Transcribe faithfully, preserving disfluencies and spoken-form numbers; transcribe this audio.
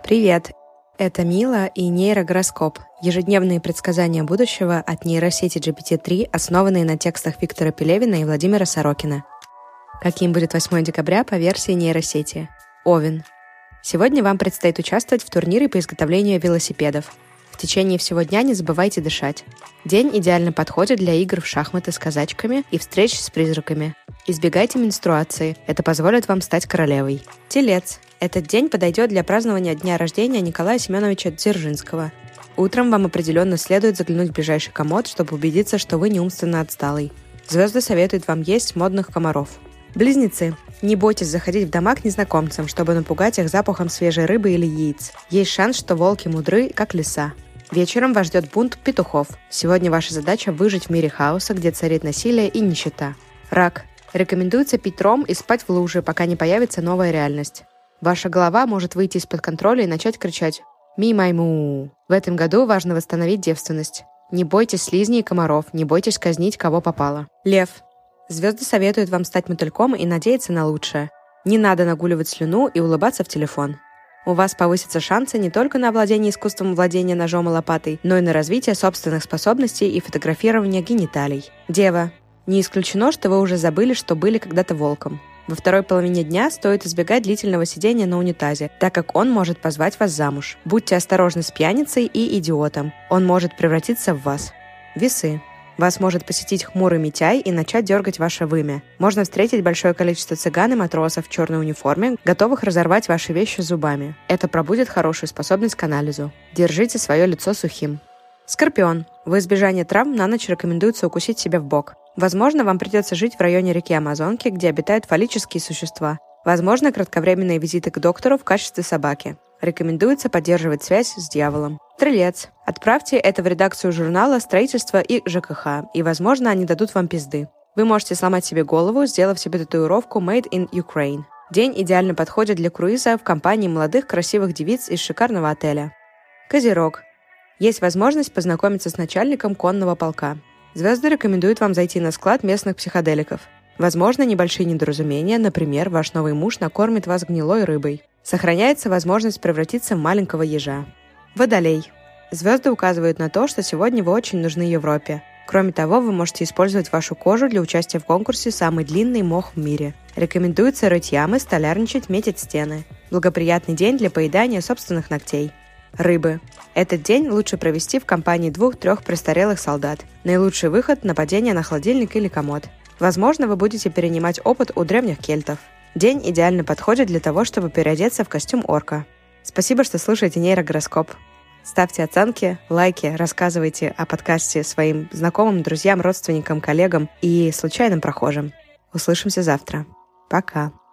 Привет! Это Мила и нейрогороскоп – ежедневные предсказания будущего от нейросети джи пи ти три, основанные на текстах Виктора Пелевина и Владимира Сорокина. Каким будет восьмое декабря по версии нейросети? Овен. Сегодня вам предстоит участвовать в турнире по изготовлению велосипедов. В течение всего дня не забывайте дышать. День идеально подходит для игр в шахматы с казачками и встреч с призраками. Избегайте менструации, это позволит вам стать королевой. Телец. Этот день подойдет для празднования дня рождения Николая Семеновича Дзержинского. Утром вам определенно следует заглянуть в ближайший комод, чтобы убедиться, что вы не умственно отсталый. Звезды советуют вам есть модных комаров. Близнецы. Не бойтесь заходить в дома к незнакомцам, чтобы напугать их запахом свежей рыбы или яиц. Есть шанс, что волки мудры, как лиса. Вечером вас ждет бунт петухов. Сегодня ваша задача выжить в мире хаоса, где царит насилие и нищета. Рак. Рекомендуется пить ром и спать в луже, пока не появится новая реальность. Ваша голова может выйти из-под контроля и начать кричать «Ми-май-му». В этом году важно восстановить девственность. Не бойтесь слизней и комаров, не бойтесь казнить, кого попало. Лев. Звезды советуют вам стать мотыльком и надеяться на лучшее. Не надо нагуливать слюну и улыбаться в телефон. У вас повысятся шансы не только на овладение искусством владения ножом и лопатой, но и на развитие собственных способностей и фотографирование гениталий. Дева. Не исключено, что вы уже забыли, что были когда-то волком. Во второй половине дня стоит избегать длительного сидения на унитазе, так как он может позвать вас замуж. Будьте осторожны с пьяницей и идиотом. Он может превратиться в вас. Весы. Вас может посетить хмурый Митяй и начать дергать ваше вымя. Можно встретить большое количество цыган и матросов в черной униформе, готовых разорвать ваши вещи зубами. Это пробудит хорошую способность к анализу. Держите свое лицо сухим. Скорпион. В избежание травм на ночь рекомендуется укусить себя в бок. Возможно, вам придется жить в районе реки Амазонки, где обитают фаллические существа. Возможно, кратковременные визиты к доктору в качестве собаки. Рекомендуется поддерживать связь с дьяволом. Стрелец. Отправьте это в редакцию журнала «Строительство» и ЖКХ, и, возможно, они дадут вам пизды. Вы можете сломать себе голову, сделав себе татуировку «Made in Ukraine». День идеально подходит для круиза в компании молодых красивых девиц из шикарного отеля. Козерог. Есть возможность познакомиться с начальником конного полка. Звезды рекомендуют вам зайти на склад местных психоделиков. Возможно, небольшие недоразумения, например, ваш новый муж накормит вас гнилой рыбой. Сохраняется возможность превратиться в маленького ежа. Водолей. Звезды указывают на то, что сегодня вы очень нужны Европе. Кроме того, вы можете использовать вашу кожу для участия в конкурсе «Самый длинный мох в мире». Рекомендуется рыть ямы, столярничать, метить стены. Благоприятный день для поедания собственных ногтей. Рыбы. Этот день лучше провести в компании двух-трех престарелых солдат. Наилучший выход – нападение на холодильник или комод. Возможно, вы будете перенимать опыт у древних кельтов. День идеально подходит для того, чтобы переодеться в костюм орка. Спасибо, что слушаете нейрогороскоп. Ставьте оценки, лайки, рассказывайте о подкасте своим знакомым, друзьям, родственникам, коллегам и случайным прохожим. Услышимся завтра. Пока.